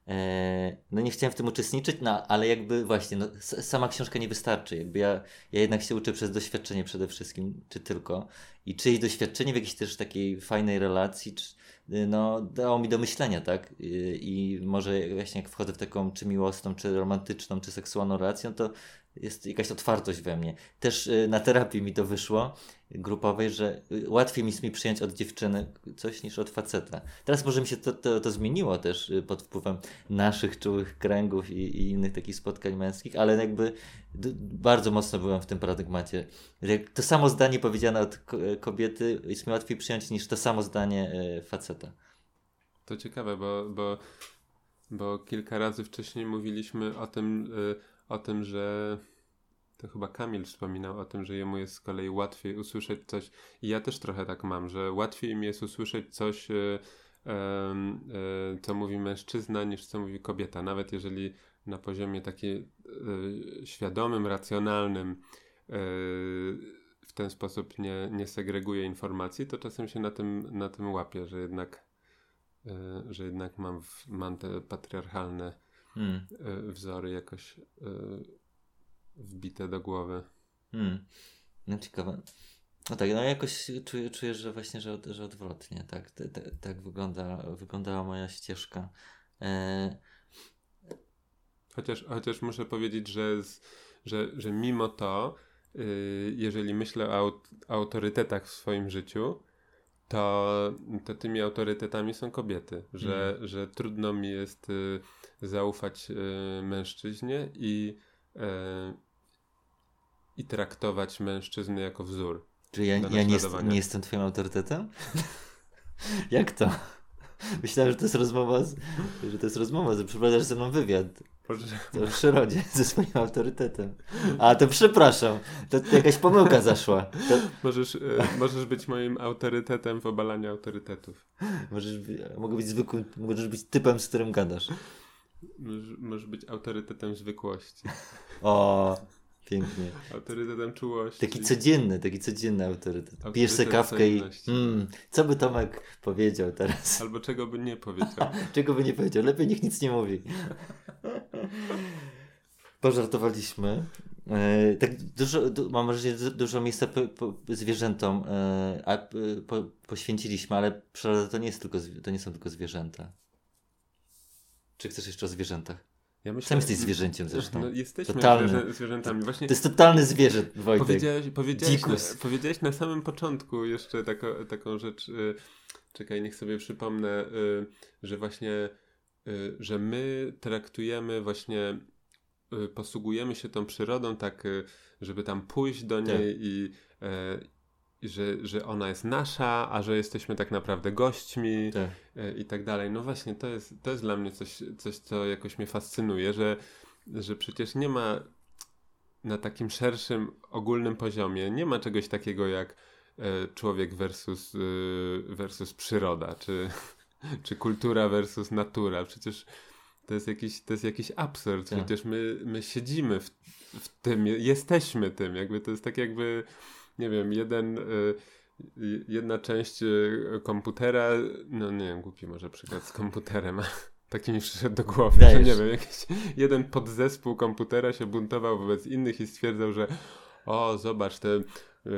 No nie chciałem w tym uczestniczyć, no ale jakby właśnie, no, sama książka nie wystarczy, jakby ja, ja jednak się uczę przez doświadczenie przede wszystkim, czy tylko, i czyjeś doświadczenie w jakiejś też takiej fajnej relacji, czy, no dało mi do myślenia, tak, i, i może właśnie jak wchodzę w taką czy miłosną, czy romantyczną, czy seksualną relację, no to jest jakaś otwartość we mnie. Też y, na terapii mi to wyszło, grupowej, że y, łatwiej mi jest mi przyjąć od dziewczyny coś niż od faceta. Teraz może mi się to, to, to zmieniło też y, pod wpływem naszych czułych kręgów i, i innych takich spotkań męskich, ale jakby d- bardzo mocno byłem w tym paradygmacie. Jak to samo zdanie powiedziane od ko- kobiety jest mi łatwiej przyjąć niż to samo zdanie y, faceta. To ciekawe, bo, bo, bo kilka razy wcześniej mówiliśmy o tym, y, o tym, że to chyba Kamil wspominał o tym, że jemu jest z kolei łatwiej usłyszeć coś i ja też trochę tak mam, że łatwiej mi jest usłyszeć coś, y, y, y, co mówi mężczyzna, niż co mówi kobieta. Nawet jeżeli na poziomie takim y, świadomym, racjonalnym y, w ten sposób nie, nie segreguję informacji, to czasem się na tym, na tym łapię, że jednak, y, że jednak mam, w, mam te patriarchalne Hmm. wzory jakoś y, wbite do głowy. Hmm. No ciekawe. No tak, no jakoś czuję, czuję że właśnie, że, od, że odwrotnie, tak, te, te, tak wygląda, wyglądała moja ścieżka. E... Chociaż, chociaż muszę powiedzieć, że, z, że, że mimo to, y, jeżeli myślę o aut, autorytetach w swoim życiu, to, to tymi autorytetami są kobiety, że, hmm. że trudno mi jest y, zaufać y, mężczyźnie i, y, i traktować mężczyzny jako wzór. Czy ja, ja nie, jest, nie jestem twoim autorytetem? Jak to? Myślałem, że to jest rozmowa, z, że to jest rozmowa, że przeprowadzasz ze mną wywiad. To w przyrodzie, ze swoim autorytetem. A, to przepraszam, to, to jakaś pomyłka zaszła. To... Możesz, y, możesz być moim autorytetem w obalaniu autorytetów. Możesz, mogę być zwykłym, możesz być typem, z którym gadasz. Możesz, możesz być autorytetem zwykłości. O, pięknie. Autorytetem czułości. Taki codzienny, taki codzienny autorytet. autorytet Pijesz sobie kawkę i mm, co by Tomek powiedział teraz? Albo czego by nie powiedział. Czego by nie powiedział? Lepiej niech nic nie mówi. Pożartowaliśmy. Yy, tak dużo, du, mam wrażenie, że dużo miejsca po, po zwierzętom yy, a, yy, po, poświęciliśmy, ale przyroda to nie jest tylko, to nie są tylko zwierzęta. Czy chcesz jeszcze o zwierzętach? Ja myślę, Sam jesteś zwierzęciem zresztą. No, jesteśmy Totalny. zwierzętami. Właśnie to jest totalny zwierzę, Wojtek. Powiedziałeś, powiedziałeś, na, Dzikus. powiedziałeś na samym początku jeszcze tako, taką rzecz, y, czekaj, niech sobie przypomnę, y, że właśnie, y, że my traktujemy właśnie, y, posługujemy się tą przyrodą tak, y, żeby tam pójść do niej Tak. i, y, i że, że ona jest nasza, a że jesteśmy tak naprawdę gośćmi Tak. y, i tak dalej. No właśnie, to jest, to jest dla mnie coś, coś, co jakoś mnie fascynuje, że, że przecież nie ma na takim szerszym, ogólnym poziomie nie ma czegoś takiego jak e, człowiek versus, e, versus przyroda, czy, czy kultura versus natura. Przecież to jest jakiś, to jest jakiś absurd. Tak. Przecież my, my siedzimy w, w tym, jesteśmy tym. Jakby to jest tak jakby, nie wiem, jeden, e, jedna część e, komputera, no nie wiem, głupi może przykład z komputerem, taki mi przyszedł do głowy, Dajesz. że nie wiem, jakiś jeden podzespół komputera się buntował wobec innych i stwierdzał, że o, zobacz, te y,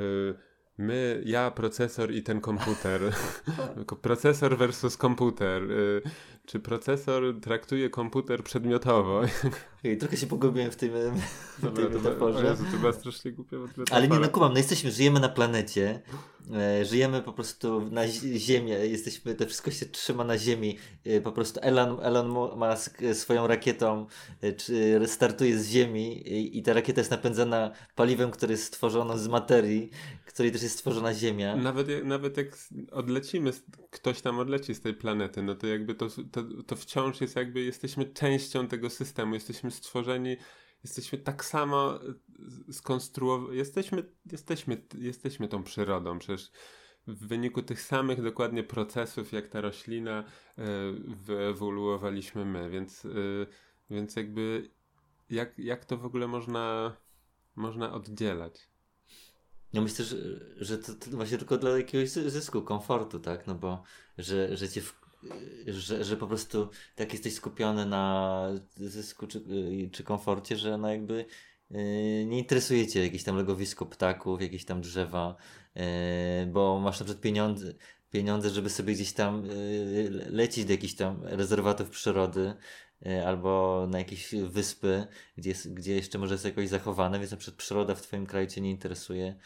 my, ja, procesor i ten komputer. Procesor versus komputer. Y, czy procesor traktuje komputer przedmiotowo? Ej, trochę się pogubiłem w tym, w Dobra, tej to, ba- o metaforze. Jezu, to była strasznie głupia metafora. Ale nie, no kumam, no jesteśmy, żyjemy na planecie, e, żyjemy po prostu na zi- Ziemi, jesteśmy, to wszystko się trzyma na Ziemi, e, po prostu Elon, Elon Musk e, swoją rakietą e, czy startuje z Ziemi i, i ta rakieta jest napędzana paliwem, które jest stworzone z materii, której też jest stworzona Ziemia. Nawet jak, nawet jak odlecimy, ktoś tam odleci z tej planety, no to jakby to, to, to wciąż jest jakby, jesteśmy częścią tego systemu, jesteśmy stworzeni, jesteśmy tak samo skonstruowani, jesteśmy, jesteśmy, jesteśmy tą przyrodą, przecież w wyniku tych samych dokładnie procesów, jak ta roślina, y, wyewoluowaliśmy my, więc, y, więc jakby jak, jak to w ogóle można, można oddzielać? Ja myślę, że, że to, to właśnie tylko dla jakiegoś zy- zysku, komfortu, tak? No bo, że, że cię, w, że, że po prostu tak jesteś skupiony na zysku czy, czy komforcie, że no jakby yy, nie interesuje cię jakieś tam legowisko ptaków, jakieś tam drzewa, yy, bo masz na przykład pieniądze, pieniądze, żeby sobie gdzieś tam yy, lecieć do jakichś tam rezerwatów przyrody, albo na jakieś wyspy, gdzie, jest, gdzie jeszcze może jest jakoś zachowane, więc na przykład przyroda w twoim kraju cię nie interesuje.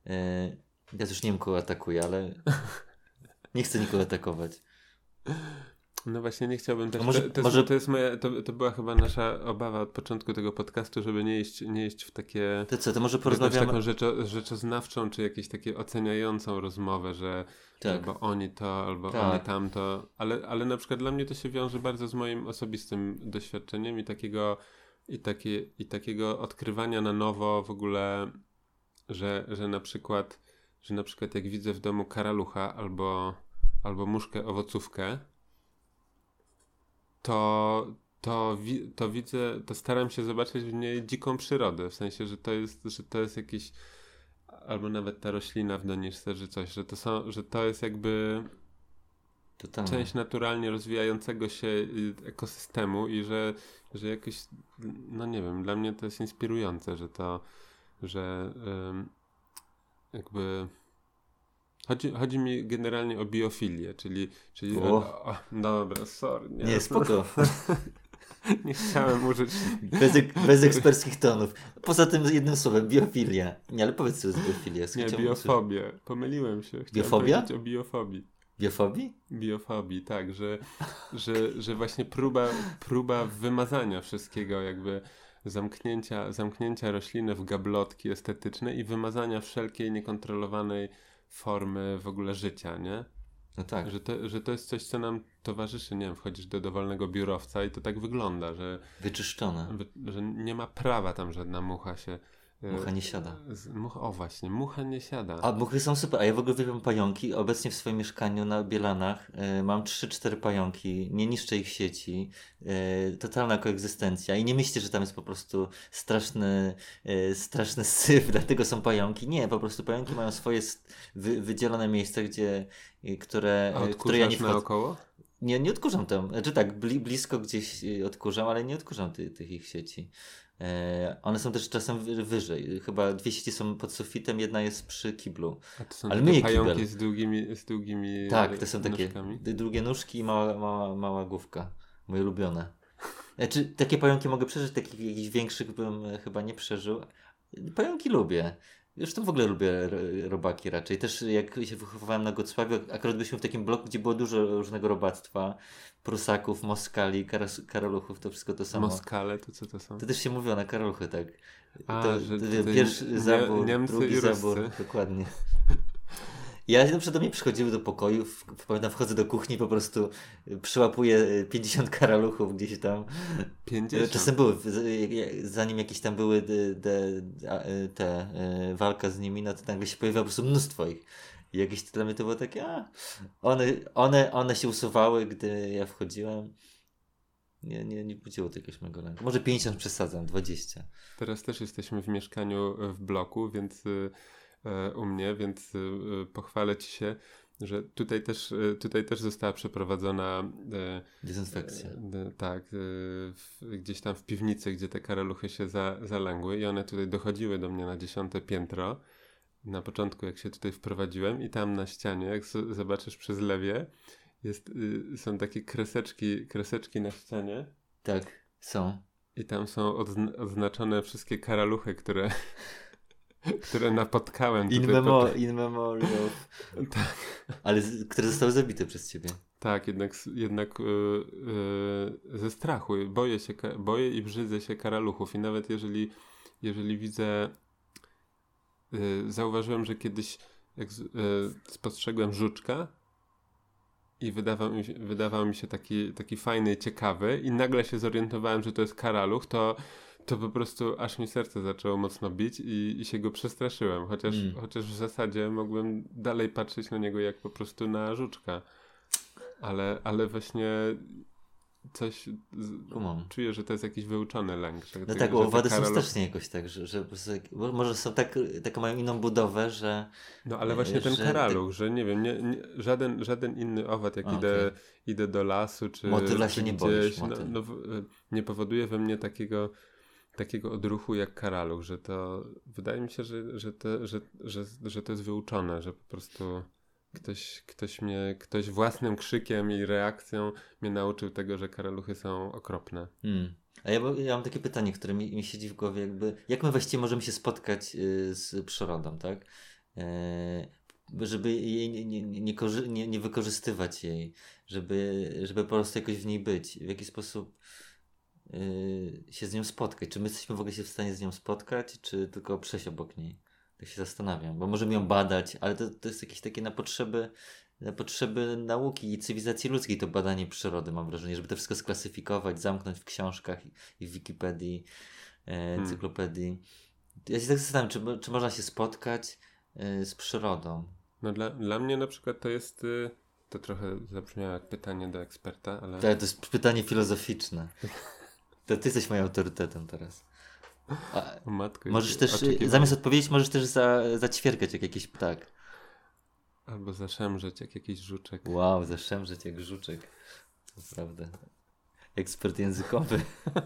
Ja już nie wiem, kogo atakuję, ale nie chcę nikogo atakować. No właśnie nie chciałbym też, może, to, to, może... jest, to, jest moja, to, to była chyba nasza obawa od początku tego podcastu, żeby nie iść, nie iść w takie, to co, to może porozmawiamy porozmawiamy... taką rzeczo, rzeczoznawczą, czy jakieś takie oceniającą rozmowę, że tak. albo oni to, albo tak. oni tamto, ale, ale na przykład dla mnie to się wiąże bardzo z moim osobistym doświadczeniem i takiego, i takie, i takiego odkrywania na nowo w ogóle, że, że na przykład, że na przykład jak widzę w domu karalucha albo, albo muszkę owocówkę, to, to, wi- to widzę, to staram się zobaczyć w niej dziką przyrodę, w sensie, że to jest, że to jest jakiś, albo nawet ta roślina w doniczce, że coś, że to są, że to jest jakby Totalnie. część naturalnie rozwijającego się ekosystemu i że, że jakoś, no nie wiem, dla mnie to jest inspirujące, że to, że um, jakby Chodzi, chodzi mi generalnie o biofilię, czyli... czyli o. O, o, dobra, sorry. Nie, nie spoko. nie chciałem użyć... Bez, bez eksperckich tonów. Poza tym jednym słowem, biofilia. Nie, ale powiedz co jest biofilia. Nie, biofobię. Pomyliłem się. Chciałem Biofobia? powiedzieć o biofobii. Biofobii? Biofobii, tak, że, że, że właśnie próba, próba wymazania wszystkiego, jakby zamknięcia, zamknięcia rośliny w gablotki estetyczne i wymazania wszelkiej niekontrolowanej formy w ogóle życia, nie? No tak. Że to, że to jest coś, co nam towarzyszy, nie wiem, wchodzisz do dowolnego biurowca i to tak wygląda, że... Wyczyszczone. Że nie ma prawa tam żadna mucha się... Mucha nie siada. Z, much, o właśnie, mucha nie siada. A muchy są super, a ja w ogóle uwielbiam pająki. Obecnie w swoim mieszkaniu na Bielanach y, mam trzy cztery pająki, nie niszczę ich sieci, y, totalna koegzystencja i nie myślcie, że tam jest po prostu straszny, y, straszny syf, dlatego są pająki. Nie, po prostu pająki mają swoje wy, wydzielone miejsca, gdzie, y, które, a y, które ja nie wchodzę. naokoło? Nie, nie odkurzam tam. Znaczy tak, bli, blisko gdzieś odkurzam, ale nie odkurzam ty, tych ich sieci. E, one są też czasem wy- wyżej. Chyba dwie sieci są pod sufitem, jedna jest przy kiblu. A to są Ale takie myje pająki kibel. z długimi, z długimi Tak, to są takie nóżkami. d- długie nóżki i mała, mała, mała główka. Moje ulubione. E, czy takie pająki mogę przeżyć? Takich jakichś większych bym e, chyba nie przeżył. Pająki lubię. Zresztą w ogóle lubię ro- robaki raczej. Też jak się wychowywałem na Gocławiu, akurat byliśmy w takim bloku, gdzie było dużo różnego robactwa. Prusaków, Moskali, karas- Karoluchów, to wszystko to samo. Moskale, to co to są? To też się mówi na Karoluchy, tak. A, to, że to, tutaj pierwszy nie- zabór, Niemcy drugi i zabór, Ruscy. dokładnie. Ja na przykład do mnie przychodziły do pokoju, w, pamiętam, wchodzę do kuchni, po prostu przyłapuję pięćdziesiąt karaluchów gdzieś tam. pięćdziesiąt. Czasem były, z- zanim jakieś tam były de, de, de, te e, walka z nimi, no to nagle się pojawiało po prostu mnóstwo ich. I jakieś dla mnie to było takie, a one, one, one się usuwały, gdy ja wchodziłem. Nie, nie, nie budziło to jakiegoś mego lęku. Może pięćdziesiąt przesadzam, dwadzieścia. Teraz też jesteśmy w mieszkaniu e, w bloku, więc y, e, u mnie, więc y, y, pochwalę ci się, że tutaj też, y, tutaj też została przeprowadzona e, Dezynfekcja. e, tak, y, w, gdzieś tam w piwnicy, gdzie te karaluchy się za, zalęgły i one tutaj dochodziły do mnie na dziesiąte piętro. Na początku, jak się tutaj wprowadziłem i tam na ścianie, jak z- zobaczysz przy zlewie, jest, y, są takie kreseczki, kreseczki na ścianie. Tak, są. I tam są odzn- odznaczone wszystkie karaluchy, które, które napotkałem. In, tutaj memo, pod- in memory of... Tak, Ale z, które zostały zabite przez ciebie. tak, jednak, s- jednak y, y, ze strachu. Boję się, ka- boję i brzydzę się karaluchów. I nawet jeżeli, jeżeli widzę, y, zauważyłem, że kiedyś jak z, y, spostrzegłem żuczka i wydawał mi się, wydawał mi się taki, taki fajny, ciekawy i nagle się zorientowałem, że to jest karaluch, to to po prostu aż mi serce zaczęło mocno bić i, i się go przestraszyłem, chociaż, Mm. chociaż w zasadzie mogłem dalej patrzeć na niego jak po prostu na żuczka. Ale, ale właśnie coś z, Kumam. czuję, że to jest jakiś wyuczony lęk. Że, No że tak, te owady są karaluch- strasznie jakoś tak, że, że po prostu, bo może są tak, taką mają inną budowę, że... No ale właśnie ten że karaluch, że nie wiem, nie, nie, żaden, żaden inny owad, jak A, idę, okej. idę do lasu, czy, Motyla czy się nie gdzieś, boisz, no, motyl. no, w- nie powoduje we mnie takiego, takiego odruchu jak karaluch, że to wydaje mi się, że, że, to, że, że, że to jest wyuczone, że po prostu ktoś, ktoś mnie, ktoś własnym krzykiem i reakcją mnie nauczył tego, że karaluchy są okropne. Hmm. A ja, ja mam takie pytanie, które mi, mi siedzi w głowie, jakby, jak my właściwie możemy się spotkać y, z przyrodą, tak? E, żeby jej nie, nie, nie, korzy- nie, nie wykorzystywać jej, żeby, żeby po prostu jakoś w niej być. W jaki sposób y, się z nią spotkać? Czy my jesteśmy w ogóle się w stanie z nią spotkać, czy tylko przejść obok niej? Tak się zastanawiam, bo możemy ją badać, ale to, to jest jakieś takie na potrzeby, na potrzeby nauki i cywilizacji ludzkiej to badanie przyrody, mam wrażenie, żeby to wszystko sklasyfikować, zamknąć w książkach i, i w Wikipedii, e, encyklopedii. Ja się tak zastanawiam, czy, mo- czy można się spotkać e, z przyrodą. No dla, dla mnie na przykład to jest, y, to trochę zabrzmiało jak pytanie do eksperta, ale... To, to jest pytanie filozoficzne. To ty jesteś moim autorytetem teraz. A, O matko, możesz jakie też, oczekiwania. zamiast odpowiedzieć, możesz też za, zaćwierkać jak jakiś ptak. Albo zaszemrzeć jak jakiś żuczek. Wow, zaszemrzeć jak żuczek. To prawda. Ekspert językowy.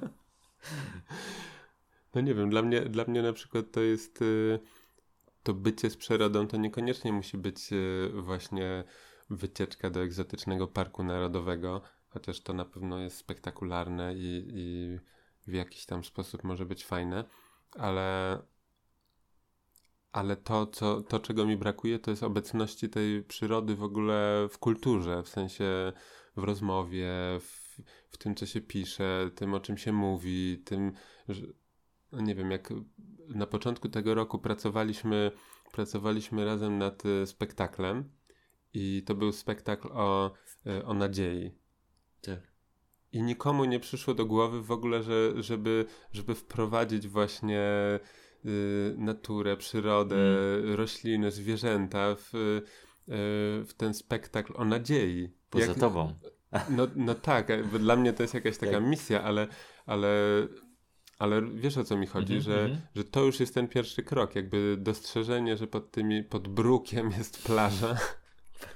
No nie wiem, dla mnie, dla mnie na przykład to jest y, to bycie z przyrodą to niekoniecznie musi być y, właśnie wycieczka do egzotycznego parku narodowego, chociaż to na pewno jest spektakularne i, i w jakiś tam sposób może być fajne, ale ale to, co, to, czego mi brakuje, to jest obecności tej przyrody w ogóle w kulturze, w sensie w rozmowie, w, w tym, co się pisze, tym, o czym się mówi, tym, że, no nie wiem, jak na początku tego roku pracowaliśmy, pracowaliśmy razem nad y, spektaklem i to był spektakl o, y, o nadziei. Tak. I nikomu nie przyszło do głowy w ogóle, że, żeby, żeby wprowadzić właśnie y, naturę, przyrodę, Mm. rośliny, zwierzęta w, y, w ten spektakl o nadziei. Poza Jak- tobą. No, no tak, bo dla mnie to jest jakaś taka Tak. misja, ale, ale, ale wiesz, o co mi chodzi, Mhm, że, mhm. że to już jest ten pierwszy krok, jakby dostrzeżenie, że pod tymi, pod brukiem jest plaża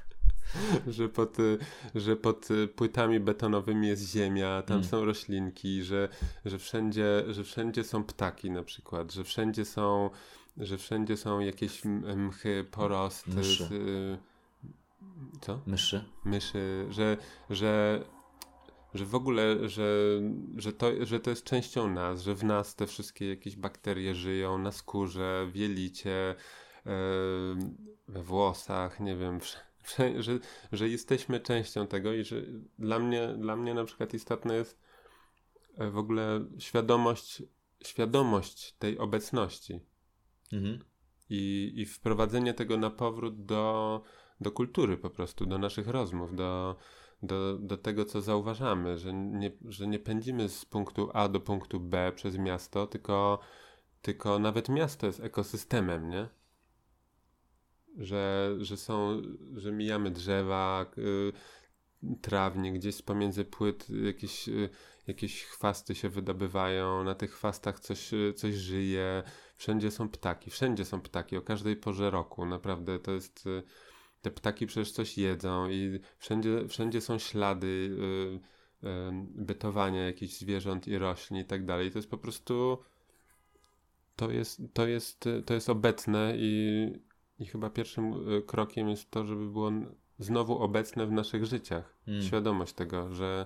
że, pod, że pod płytami betonowymi jest ziemia, tam Mm. są roślinki, że, że, wszędzie, że wszędzie są ptaki na przykład, że wszędzie są, że wszędzie są jakieś m- mchy, porosty. Myszy. Z, y, co? Myszy. Myszy, że, że, że w ogóle, że, że, to, że to jest częścią nas, że w nas te wszystkie jakieś bakterie żyją, na skórze, w jelicie, yy, we włosach, nie wiem, wsz- wsz- że, że jesteśmy częścią tego i że dla mnie, dla mnie na przykład istotna jest e, w ogóle świadomość, świadomość tej obecności Mhm. i, i wprowadzenie tego na powrót do, do kultury po prostu, do naszych rozmów, do, do, do tego, co zauważamy, że nie, że nie pędzimy z punktu A do punktu B przez miasto, tylko, tylko nawet miasto jest ekosystemem, nie? Że, że są, że mijamy drzewa, y, trawnik, gdzieś pomiędzy płyt jakieś, y, jakieś chwasty się wydobywają, na tych chwastach coś, y, coś żyje, wszędzie są ptaki, wszędzie są ptaki, o każdej porze roku, naprawdę to jest, y, te ptaki przecież coś jedzą i wszędzie, wszędzie są ślady y, y, bytowania jakichś zwierząt i roślin i tak dalej, to jest po prostu, to jest, to jest, to jest obecne i, i chyba pierwszym y, krokiem jest to, żeby było n- znowu obecne w naszych życiach. Mm. Świadomość tego, że,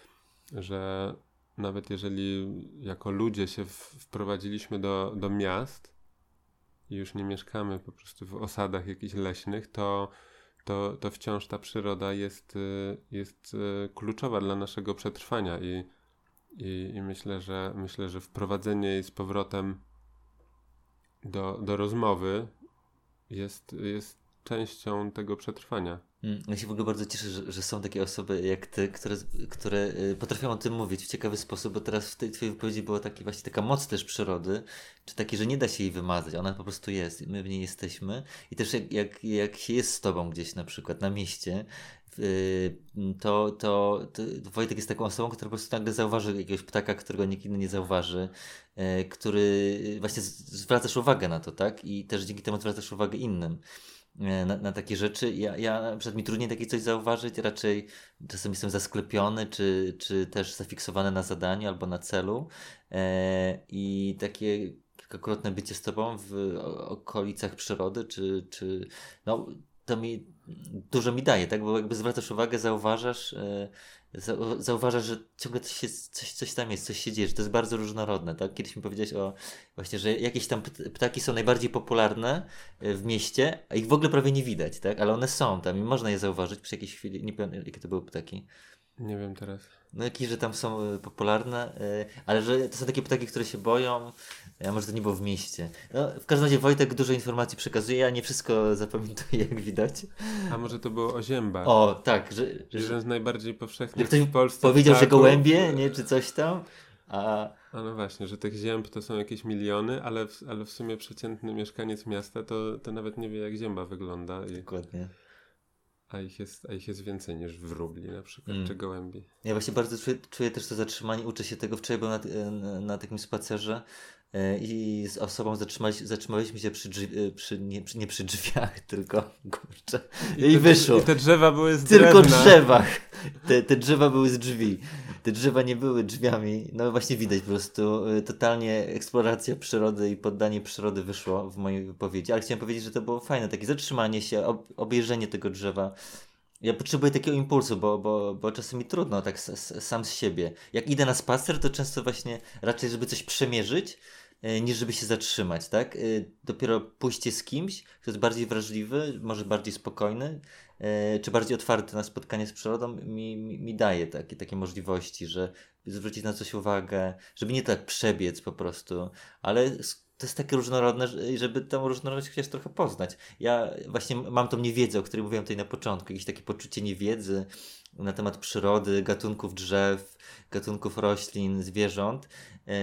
że nawet jeżeli jako ludzie się w, wprowadziliśmy do, do miast i już nie mieszkamy po prostu w osadach jakichś leśnych, to, to, to wciąż ta przyroda jest, y, jest y, kluczowa dla naszego przetrwania i, i, i myślę, że myślę, że wprowadzenie jej z powrotem do, do rozmowy jest, jest częścią tego przetrwania. Mm, Ja się w ogóle bardzo cieszę, że, że są takie osoby jak ty, które, które y, potrafią o tym mówić w ciekawy sposób, bo teraz w tej twojej wypowiedzi była taki, właśnie taka moc też przyrody, czy taki, że nie da się jej wymazać, ona po prostu jest, my w niej jesteśmy i też jak, jak, jak się jest z tobą gdzieś na przykład na mieście, y, to, to, to Wojtek jest taką osobą, która po prostu nagle zauważy jakiegoś ptaka, którego nikt inny nie zauważy, y, który właśnie z- zwracasz uwagę na to, tak? I też dzięki temu zwracasz uwagę innym. e, na, na takie rzeczy. Ja, ja na przykład mi trudniej takie coś zauważyć, raczej czasem jestem zasklepiony, czy, czy też zafiksowany na zadaniu albo na celu e, i takie kilkakrotne bycie z tobą w o- okolicach przyrody, czy, czy no to mi dużo mi daje, tak? Bo jakby zwracasz uwagę, zauważasz, e, zau- zauważasz, że ciągle coś, jest, coś, coś tam jest, coś się dzieje, że to jest bardzo różnorodne, tak? Kiedyś mi powiedziałeś o właśnie, że jakieś tam pt- ptaki są najbardziej popularne e, w mieście, a ich w ogóle prawie nie widać, tak? Ale one są tam i można je zauważyć przy jakiejś chwili, nie pamiętam jakie to były ptaki. Nie wiem teraz. No jakieś, że tam są e, popularne, e, ale że to są takie ptaki, które się boją, a może to nie było w mieście. No, w każdym razie Wojtek dużo informacji przekazuje, ja nie wszystko zapamiętuję, jak widać. A może to było o ziębach? O, tak, że, że, Jeden z najbardziej że powszechnych ktoś w Polsce powiedział, że ptaków. gołębie, nie, czy coś tam, a... A no właśnie, że tych zięb to są jakieś miliony, ale w, ale w sumie przeciętny mieszkaniec miasta to, to nawet nie wie, jak zięba wygląda. I, Dokładnie. a, ich jest, a ich jest więcej niż wróbli na przykład, Mm. czy gołębi. Ja właśnie bardzo czuję, czuję też to zatrzymanie, uczę się tego. Wczoraj byłem na, na, na takim spacerze e, i z osobą zatrzymali, zatrzymaliśmy się przy, drzwi, e, przy, nie, przy nie przy drzwiach, tylko kurczę. I, te, wyszło. I te drzewa były z Tylko drewna. drzewach. Te, te drzewa były z drzwi. Te drzewa nie były drzwiami. No właśnie widać po prostu y, totalnie eksploracja przyrody i poddanie przyrody wyszło w mojej wypowiedzi. Ale chciałem powiedzieć, że to było fajne. Takie zatrzymanie się, ob, obejrzenie tego drzewa. Ja potrzebuję takiego impulsu, bo, bo, bo czasem mi trudno tak s, s, sam z siebie. Jak idę na spacer, to często właśnie raczej, żeby coś przemierzyć, y, niż żeby się zatrzymać, tak? Y, dopiero pójście z kimś, kto jest bardziej wrażliwy, może bardziej spokojny, y, czy bardziej otwarty na spotkanie z przyrodą, mi, mi, mi daje takie, takie możliwości, że zwrócić na coś uwagę, żeby nie tak przebiec po prostu, ale s- to jest takie różnorodne, że- żeby tę różnorodność chociaż trochę poznać. Ja właśnie mam tą niewiedzę, o której mówiłem tutaj na początku, jakieś takie poczucie niewiedzy na temat przyrody, gatunków drzew, gatunków roślin, zwierząt. Yy,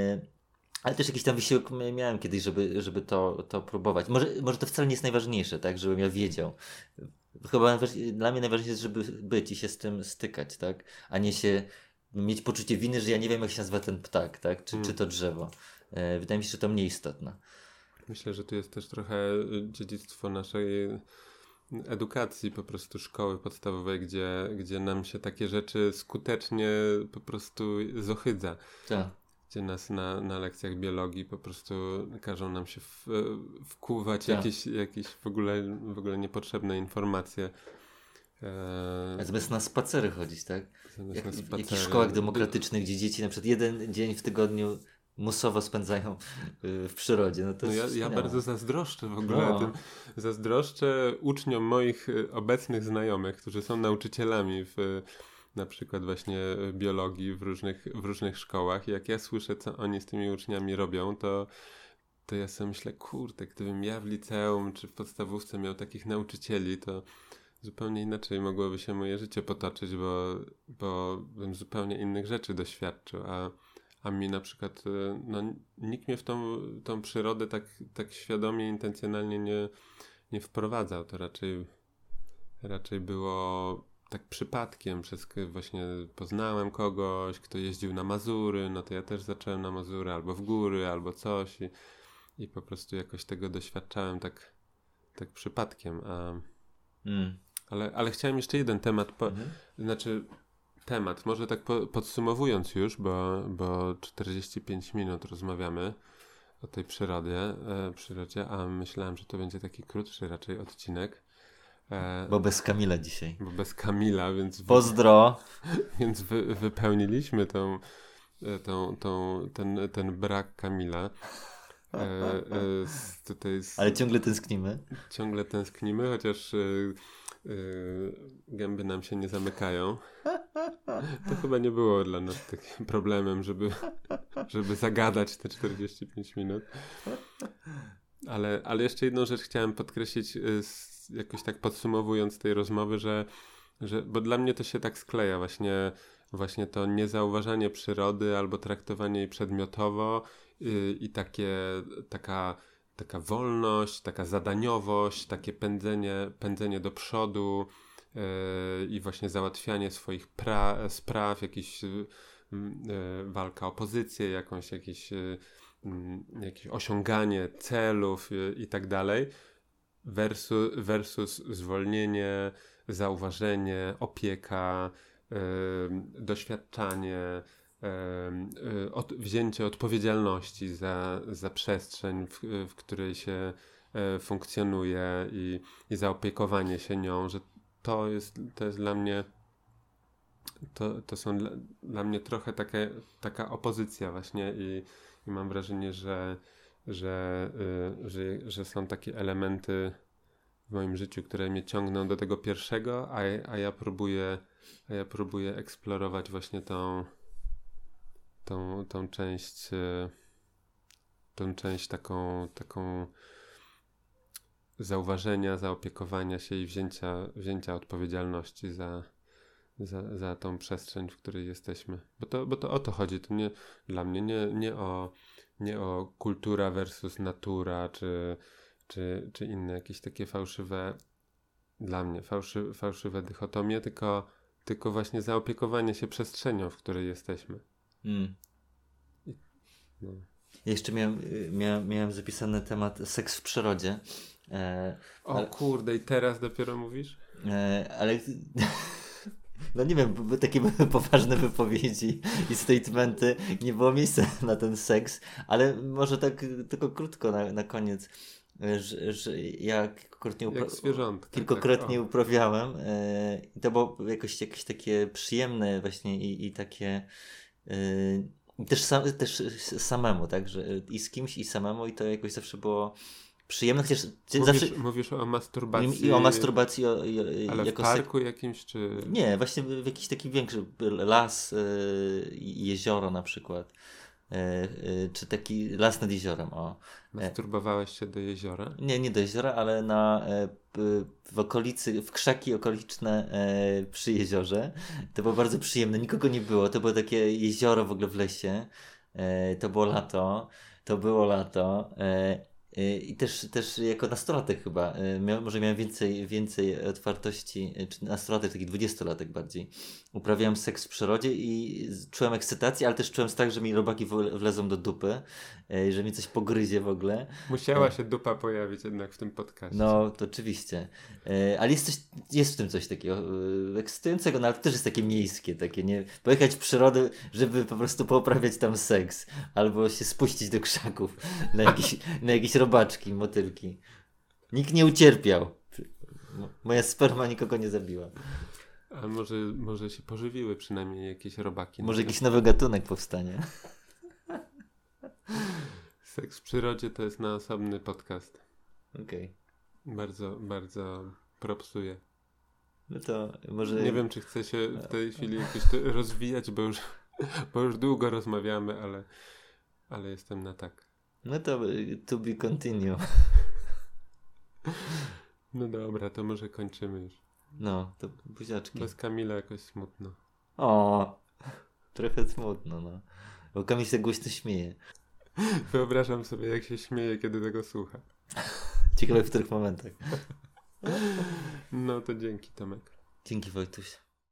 ale też jakiś tam wysiłek m- miałem kiedyś, żeby, żeby to, to próbować. Może, może to wcale nie jest najważniejsze, tak, żebym ja wiedział. Chyba najważ- dla mnie najważniejsze jest, żeby być i się z tym stykać, tak, a nie się mieć poczucie winy, że ja nie wiem, jak się nazywa ten ptak, tak, czy, Mm. czy to drzewo. E, wydaje mi się, że to mniej istotne. Myślę, że tu jest też trochę y, dziedzictwo naszej, edukacji po prostu szkoły podstawowej, gdzie, gdzie nam się takie rzeczy skutecznie po prostu zohydza. Tak. Gdzie nas na, na lekcjach biologii po prostu każą nam się w, wkuwać Tak. jakieś, jakieś w ogóle, w ogóle niepotrzebne informacje. A zamiast na spacery chodzić, tak? Jak, na w jakichś szkołach demokratycznych, gdzie dzieci na przykład jeden dzień w tygodniu musowo spędzają y, w przyrodzie. No to no jest ja, ja bardzo zazdroszczę w ogóle no. tym. Zazdroszczę uczniom moich obecnych znajomych, którzy są nauczycielami w na przykład właśnie biologii w różnych, w różnych szkołach. I jak ja słyszę, co oni z tymi uczniami robią, to, to ja sobie myślę, kurde, gdybym ja w liceum czy w podstawówce miał takich nauczycieli, to zupełnie inaczej mogłoby się moje życie potoczyć, bo, bo bym zupełnie innych rzeczy doświadczył, a, a mi na przykład, no, nikt mnie w tą, tą przyrodę tak, tak świadomie, intencjonalnie nie, nie wprowadzał. To raczej, raczej było tak przypadkiem, przez właśnie poznałem kogoś, kto jeździł na Mazury, no to ja też zacząłem na Mazury, albo w góry, albo coś i, i po prostu jakoś tego doświadczałem tak, tak przypadkiem. A, Mm. ale, ale chciałem jeszcze jeden temat, po, Mhm. znaczy temat, może tak po, podsumowując już, bo, bo czterdzieści pięć minut rozmawiamy o tej przyrodzie, e, przyrodzie, a myślałem, że to będzie taki krótszy raczej odcinek. E, Bo bez Kamila dzisiaj. Bo bez Kamila, więc, wy, Pozdro! więc wy, wypełniliśmy tą, tą, tą, ten, ten brak Kamila. E, e, z, tutaj z, Ale ciągle tęsknimy. ciągle tęsknimy, chociaż e, e, gęby nam się nie zamykają. To chyba nie było dla nas takim problemem, żeby, żeby zagadać te czterdzieści pięć minut. Ale, ale jeszcze jedną rzecz chciałem podkreślić, jakoś tak podsumowując tej rozmowy, że, że bo dla mnie to się tak skleja właśnie, właśnie to niezauważanie przyrody albo traktowanie jej przedmiotowo yy, i takie, taka, taka wolność, taka zadaniowość, takie pędzenie, pędzenie do przodu yy, i właśnie załatwianie swoich pra- spraw, jakieś yy, yy, walka o pozycję, jakąś jakieś yy, jakieś osiąganie celów i, i tak dalej versus, versus zwolnienie, zauważenie, opieka, yy, doświadczanie, yy, od, wzięcie odpowiedzialności za, za przestrzeń, w, w której się yy, funkcjonuje i, i zaopiekowanie się nią, że to jest, to jest dla mnie to, to są dla, dla mnie trochę takie, taka opozycja właśnie i I mam wrażenie, że, że, y, że, że są takie elementy w moim życiu, które mnie ciągną do tego pierwszego, a, a ja próbuję, a ja próbuję eksplorować właśnie tą, tą, tą część, y, tą część taką, taką zauważenia, zaopiekowania się i wzięcia, wzięcia odpowiedzialności za, za, za tą przestrzeń, w której jesteśmy. Bo to, bo to o to chodzi. To nie dla mnie nie, nie, o, nie o kultura versus natura, czy, czy, czy inne jakieś takie fałszywe, dla mnie fałszy, fałszywe dychotomie, tylko, tylko właśnie zaopiekowanie się przestrzenią, w której jesteśmy. Mm. No. Ja jeszcze miałem, miałem, miałem zapisany temat seks w przyrodzie. E, o ale, kurde, i teraz dopiero mówisz? E, ale... No nie wiem, były takie poważne wypowiedzi i statementy, nie było miejsca na ten seks, ale może tak tylko krótko na, na koniec, że, że ja kilkukrotnie, upra- kilkukrotnie tak, uprawiałem e, i to było jakoś jakieś takie przyjemne właśnie i, i takie e, też, sam, też samemu, tak, że i z kimś i samemu i to jakoś zawsze było przyjemne, chociaż mówisz, zawsze... Mówisz o masturbacji... I o masturbacji o, i, ale jako w parku sek... jakimś, czy... Nie, właśnie w jakiś taki większy las, yy, jezioro na przykład. Yy, yy, czy taki las nad jeziorem, o. Masturbowałeś się do jeziora? Nie, nie do jeziora, ale na, yy, w okolicy, w krzaki okoliczne yy, przy jeziorze. To było bardzo przyjemne, nikogo nie było. To było takie jezioro w ogóle w lesie. Yy, to było lato. To było lato. Yy, I też, też jako nastolatek chyba, Mia, może miałem więcej, więcej otwartości, czy nastolatek, taki dwudziestolatek bardziej. Uprawiałem seks w przyrodzie i czułem ekscytację, ale też czułem strach, że mi robaki wlezą do dupy, że mi coś pogryzie w ogóle. Musiała się dupa pojawić jednak w tym podcaście. No, to oczywiście. Ale jest, coś, jest w tym coś takiego ekscytującego, no ale to też jest takie miejskie, takie nie pojechać w przyrodę, żeby po prostu poprawiać tam seks, albo się spuścić do krzaków na jakieś, na jakieś robaczki, motylki. Nikt nie ucierpiał. Moja sperma nikogo nie zabiła. A może, może się pożywiły przynajmniej jakieś robaki. Może jakiś nowy gatunek powstanie. Seks w przyrodzie to jest na osobny podcast. Okej. Okay. Bardzo, bardzo propsuję. No to może... Nie wiem, czy chcę się w tej chwili jakoś rozwijać, bo już, bo już długo rozmawiamy, ale, ale jestem na tak. No to to be continue. No dobra, to może kończymy już. No, to buziaczki. Bez Kamila jakoś smutno. O, trochę smutno, no. Bo Kamil się głośno śmieje. Wyobrażam sobie, jak się śmieje, kiedy tego słucha. Ciekawe w których momentach. No to dzięki, Tomek. Dzięki, Wojtuś.